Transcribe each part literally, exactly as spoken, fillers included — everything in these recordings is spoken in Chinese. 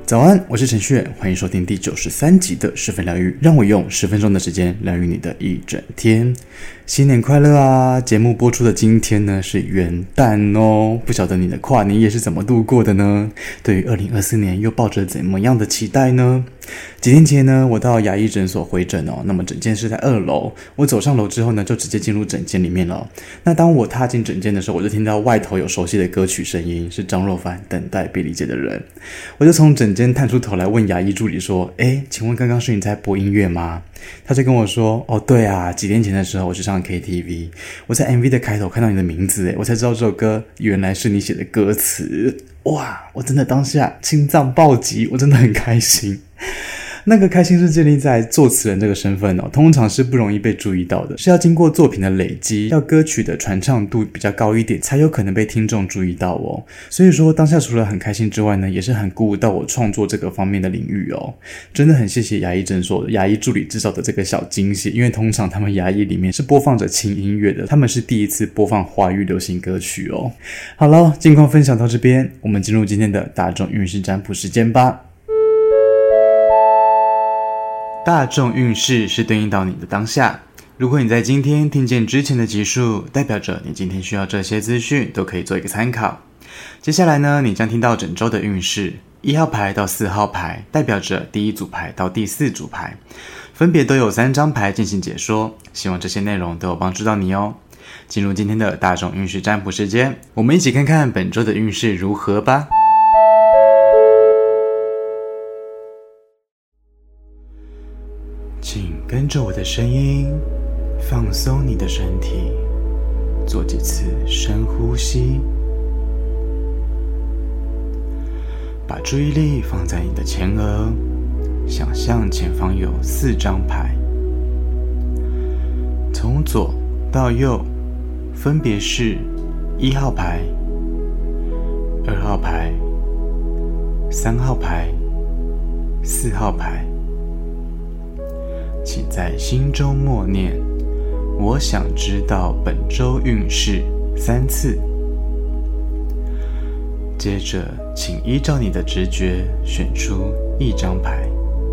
早安，我是陈旭，欢迎收听第九十三集的十分疗愈，让我用十分钟的时间疗愈你的一整天。新年快乐啊！节目播出的今天呢是元旦哦，不晓得你的跨年夜是怎么度过的呢？对于二零二四年又抱着怎么样的期待呢？几天前呢，我到牙医诊所回诊哦，那么诊间是在二楼，我走上楼之后呢，就直接进入诊间里面了。那当我踏进诊间的时候，我就听到外头有熟悉的歌曲声音，是张若凡《等待被理解的人》。我就从诊间探出头来问牙医助理说：诶，请问刚刚是你在播音乐吗？他就跟我说：哦，对啊，几天前的时候我去上 K T V， 我在 M V 的开头看到你的名字，诶，我才知道这首歌原来是你写的歌词。哇，我真的当下心脏暴击，我真的很开心。那个开心是建立在作词人这个身份哦，通常是不容易被注意到的，是要经过作品的累积，要歌曲的传唱度比较高一点，才有可能被听众注意到哦。所以说当下除了很开心之外呢，也是很鼓舞到我创作这个方面的领域哦。真的很谢谢牙医诊所牙医助理制造的这个小惊喜，因为通常他们牙医里面是播放着轻音乐的，他们是第一次播放华语流行歌曲哦。好了，近况分享到这边，我们进入今天的大众运势占卜时间吧。大众运势是对应到你的当下，如果你在今天听见之前的集数，代表着你今天需要这些资讯都可以做一个参考。接下来呢，你将听到整周的运势，一号牌到四号牌代表着第一组牌到第四组牌，分别都有三张牌进行解说，希望这些内容都有帮助到你哦。进入今天的大众运势占卜时间，我们一起看看本周的运势如何吧。请跟着我的声音，放松你的身体，做几次深呼吸，把注意力放在你的前额，想象前方有四张牌，从左到右分别是一号牌、二号牌、三号牌、四号牌。请在心中默念我想知道本周运势三次，接着请依照你的直觉选出一张牌。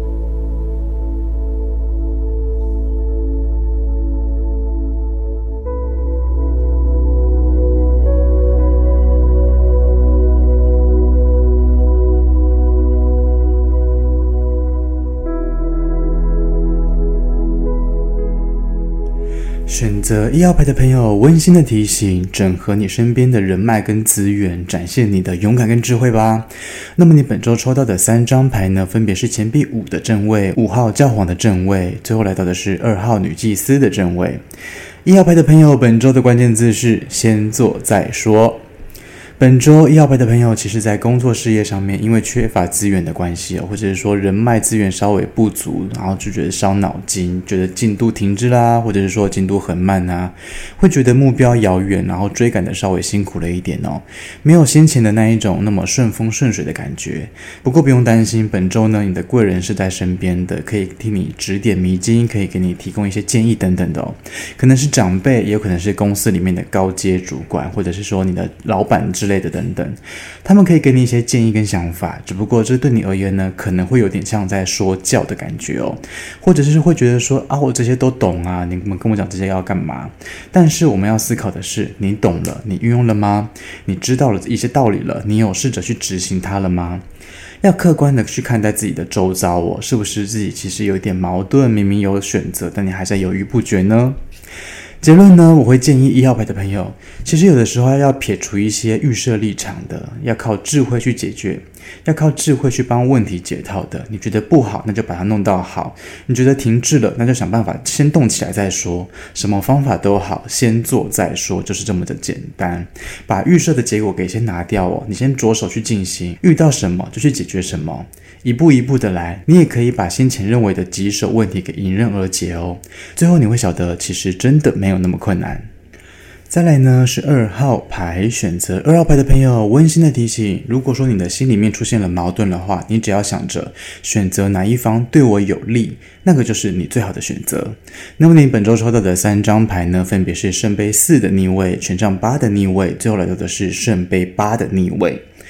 选择一号牌的朋友，温馨的提醒，整合你身边的人脉跟资源，展现你的勇敢跟智慧吧。那么你本周抽到的三张牌呢，分别是钱币五的正位、五号教皇的正位，最后来到的是二号女祭司的正位。一号牌的朋友，本周的关键字是先做再说。本周一号牌的朋友，其实在工作事业上面，因为缺乏资源的关系，或者是说人脉资源稍微不足，然后就觉得伤脑筋，觉得进度停滞啦，或者是说进度很慢啊，会觉得目标遥远，然后追赶的稍微辛苦了一点哦，没有先前的那一种那么顺风顺水的感觉。不过不用担心，本周呢，你的贵人是在身边的，可以替你指点迷津，可以给你提供一些建议等等的哦，可能是长辈，也有可能是公司里面的高阶主管，或者是说你的老板之类的等等，他们可以给你一些建议跟想法，只不过这对你而言呢，可能会有点像在说教的感觉哦，或者是会觉得说啊，我这些都懂啊，你们跟我讲这些要干嘛？但是我们要思考的是，你懂了，你运用了吗？你知道了一些道理了，你有试着去执行它了吗？要客观的去看待自己的周遭哦，是不是自己其实有一点矛盾，明明有选择，但你还在犹豫不决呢？结论呢，我会建议一号牌的朋友，其实有的时候要撇除一些预设立场的，要靠智慧去解决，要靠智慧去帮问题解套的。你觉得不好，那就把它弄到好；你觉得停滞了，那就想办法先动起来再说。什么方法都好，先做再说，就是这么的简单。把预设的结果给先拿掉哦，你先着手去进行，遇到什么就去解决什么。一步一步的来，你也可以把先前认为的棘手问题给迎刃而解哦。最后你会晓得，其实真的没有那么困难。再来呢是二号牌，选择二号牌的朋友，温馨的提醒，如果说你的心里面出现了矛盾的话，你只要想着选择哪一方对我有利，那个就是你最好的选择。那么你本周抽到的三张牌呢，分别是圣杯四的逆位、权杖八的逆位，最后来到的是圣杯八的逆位。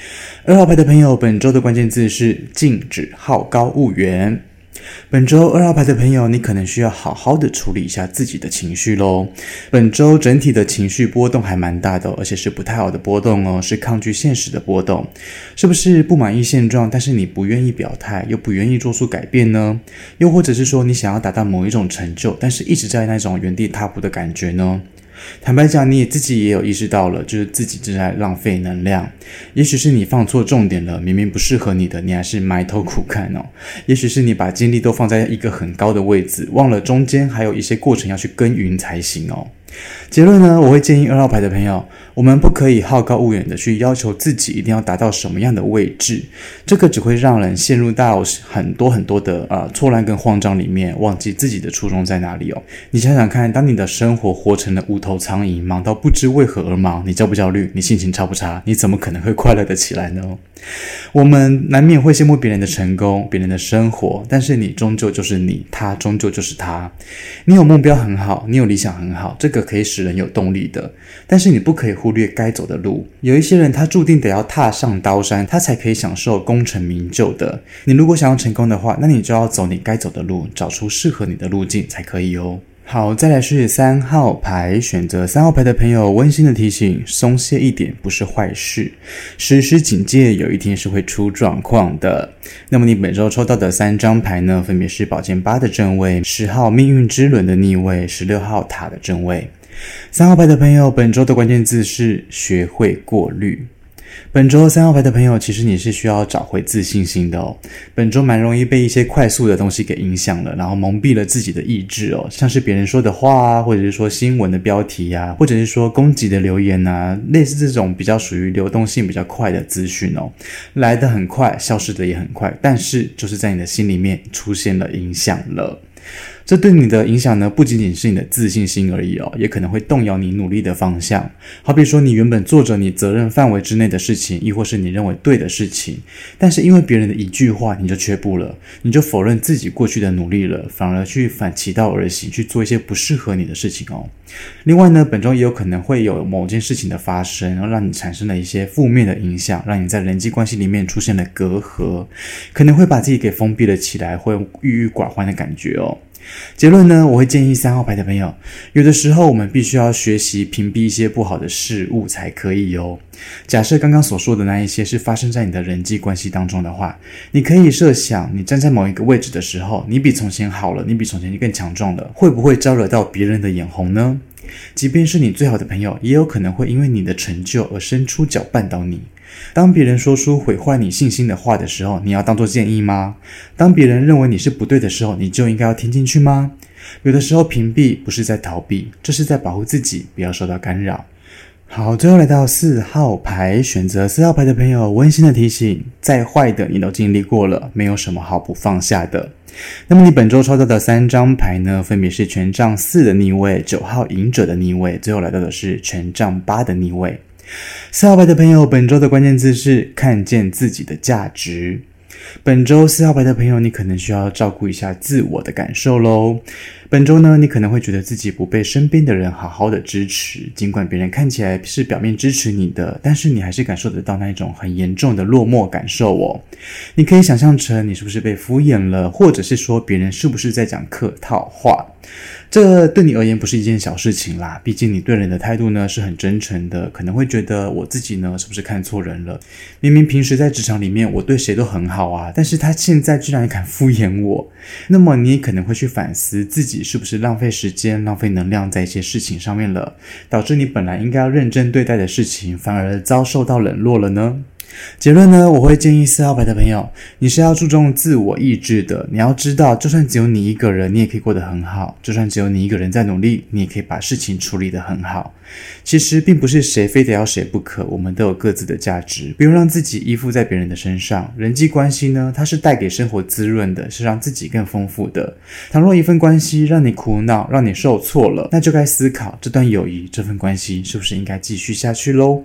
二号牌的朋友，本周的关键字是禁止好高骛远。本周二号牌的朋友，你可能需要好好的处理一下自己的情绪咯。本周整体的情绪波动还蛮大的，而且是不太好的波动哦，是抗拒现实的波动。是不是不满意现状，但是你不愿意表态，又不愿意做出改变呢？又或者是说你想要达到某一种成就，但是一直在那种原地踏步的感觉呢？坦白讲，你也自己也有意识到了，就是自己正在浪费能量。也许是你放错重点了，明明不适合你的，你还是埋头苦干哦。也许是你把精力都放在一个很高的位置，忘了中间还有一些过程要去耕耘才行哦。结论呢，我会建议二号牌的朋友，我们不可以好高骛远的去要求自己一定要达到什么样的位置，这个只会让人陷入到很多很多的呃错乱跟慌张里面，忘记自己的初衷在哪里哦。你想想看，当你的生活活成了无头苍蝇，忙到不知为何而忙，你焦不焦虑？你心情差不差？你怎么可能会快乐的起来呢？我们难免会羡慕别人的成功，别人的生活，但是你终究就是你，他终究就是他。你有目标很好，你有理想很好，这个可以使人有动力的，但是你不可以忽略该走的路。有一些人他注定得要踏上刀山，他才可以享受功成名就的。你如果想要成功的话，那你就要走你该走的路，找出适合你的路径才可以哦。好，再来是三号牌，选择三号牌的朋友，温馨的提醒，松懈一点不是坏事，时时警戒，有一天是会出状况的。那么你本周抽到的三张牌呢，分别是宝剑八的正位，十号命运之轮的逆位，十六号塔的正位。三号牌的朋友，本周的关键字是学会过滤。本周三号牌的朋友，其实你是需要找回自信心的哦。本周蛮容易被一些快速的东西给影响了，然后蒙蔽了自己的意志哦，像是别人说的话啊，或者是说新闻的标题啊，或者是说攻击的留言啊，类似这种比较属于流动性比较快的资讯哦，来得很快，消失的也很快，但是就是在你的心里面出现了影响了。这对你的影响呢，不仅仅是你的自信心而已哦，也可能会动摇你努力的方向。好比说，你原本做着你责任范围之内的事情，亦或是你认为对的事情，但是因为别人的一句话，你就却步了，你就否认自己过去的努力了，反而去反其道而行，去做一些不适合你的事情哦。另外呢，本周也有可能会有某件事情的发生，然后让你产生了一些负面的影响，让你在人际关系里面出现了隔阂，可能会把自己给封闭了起来，会有郁郁寡欢的感觉哦。结论呢，我会建议三号牌的朋友，有的时候我们必须要学习屏蔽一些不好的事物才可以哦。假设刚刚所说的那一些是发生在你的人际关系当中的话，你可以设想你站在某一个位置的时候，你比从前好了，你比从前更强壮了，会不会招惹到别人的眼红呢？即便是你最好的朋友，也有可能会因为你的成就而伸出脚绊倒你。当别人说出毁坏你信心的话的时候，你要当作建议吗？当别人认为你是不对的时候，你就应该要听进去吗？有的时候屏蔽不是在逃避，这是在保护自己，不要受到干扰。好，最后来到四号牌，选择四号牌的朋友，温馨的提醒，再坏的你都经历过了，没有什么好不放下的。那么你本周抽到的三张牌呢，分别是权杖四的逆位，九号隐者的逆位，最后来到的是权杖八的逆位。四号牌的朋友，本周的关键字是看见自己的价值。本周四号牌的朋友，你可能需要照顾一下自我的感受咯。本周呢，你可能会觉得自己不被身边的人好好的支持，尽管别人看起来是表面支持你的，但是你还是感受得到那种很严重的落寞感受哦。你可以想象成你是不是被敷衍了，或者是说别人是不是在讲客套话。这对你而言不是一件小事情啦，毕竟你对人的态度呢是很真诚的，可能会觉得我自己呢是不是看错人了？明明平时在职场里面我对谁都很好啊，但是他现在居然敢敷衍我。那么你也可能会去反思自己是不是浪费时间、浪费能量在一些事情上面了，导致你本来应该要认真对待的事情反而遭受到冷落了呢？结论呢，我会建议四号牌的朋友，你是要注重自我意志的。你要知道，就算只有你一个人，你也可以过得很好；就算只有你一个人在努力，你也可以把事情处理得很好。其实并不是谁非得要谁不可，我们都有各自的价值，不用让自己依附在别人的身上。人际关系呢，它是带给生活滋润的，是让自己更丰富的。倘若一份关系让你苦恼，让你受挫了，那就该思考这段友谊、这份关系是不是应该继续下去咯。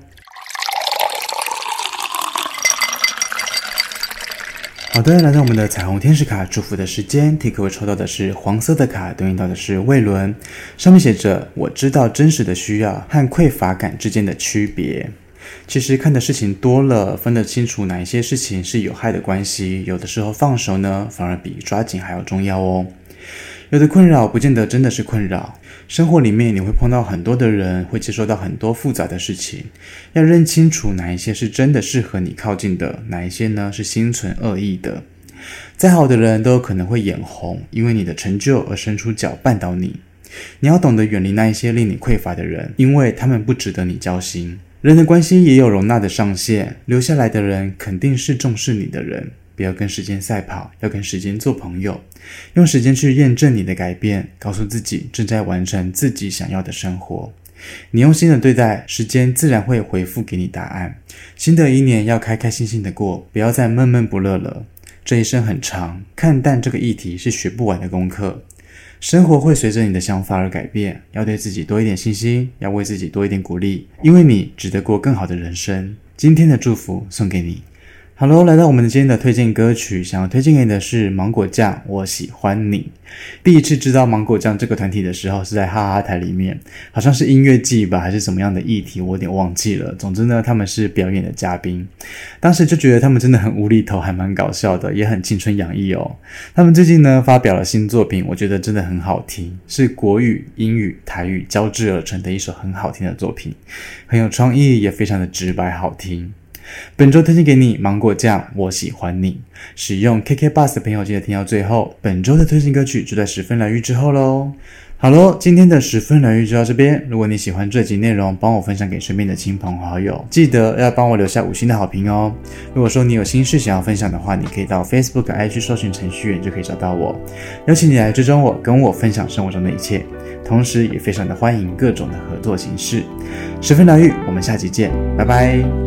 好的，来到我们的彩虹天使卡祝福的时间，替各位抽到的是黄色的卡，对应到的是胃轮，上面写着我知道真实的需要和匮乏感之间的区别。 其实看的事情多了，分得清楚哪一些事情是有害的关系，有的时候放手呢，反而比抓紧还要重要哦。有的困扰不见得真的是困扰，生活里面你会碰到很多的人，会接收到很多复杂的事情，要认清楚哪一些是真的适合你靠近的，哪一些呢是心存恶意的。再好的人都有可能会眼红，因为你的成就而伸出脚绊倒你。你要懂得远离那一些令你匮乏的人，因为他们不值得你交心。人的关系也有容纳的上限，留下来的人肯定是重视你的人。不要跟时间赛跑，要跟时间做朋友，用时间去验证你的改变，告诉自己正在完成自己想要的生活。你用心的对待，时间自然会回复给你答案。新的一年要开开心心的过，不要再闷闷不乐了。这一生很长，看淡这个议题是学不完的功课。生活会随着你的想法而改变，要对自己多一点信心，要为自己多一点鼓励，因为你值得过更好的人生。今天的祝福送给你。Hello， 来到我们今天的推荐歌曲，想要推荐给你的是芒果酱，我喜欢你。第一次知道芒果酱这个团体的时候是在哈哈台里面，好像是音乐季吧，还是什么样的议题，我有点忘记了。总之呢，他们是表演的嘉宾，当时就觉得他们真的很无厘头，还蛮搞笑的，也很青春洋溢哦。他们最近呢发表了新作品，我觉得真的很好听，是国语、英语、台语交织而成的一首很好听的作品，很有创意，也非常的直白好听。本周推荐给你芒果酱，我喜欢你。使用 K K Bus 的朋友记得听到最后，本周的推荐歌曲就在十分疗愈之后咯。好咯，今天的十分疗愈就到这边。如果你喜欢这集内容，帮我分享给身边的亲朋好友，记得要帮我留下五星的好评哦。如果说你有心事想要分享的话，你可以到 Facebook I G 搜寻程序员就可以找到我，邀请你来追踪我，跟我分享生活中的一切，同时也非常的欢迎各种的合作形式。十分疗愈，我们下集见，拜拜。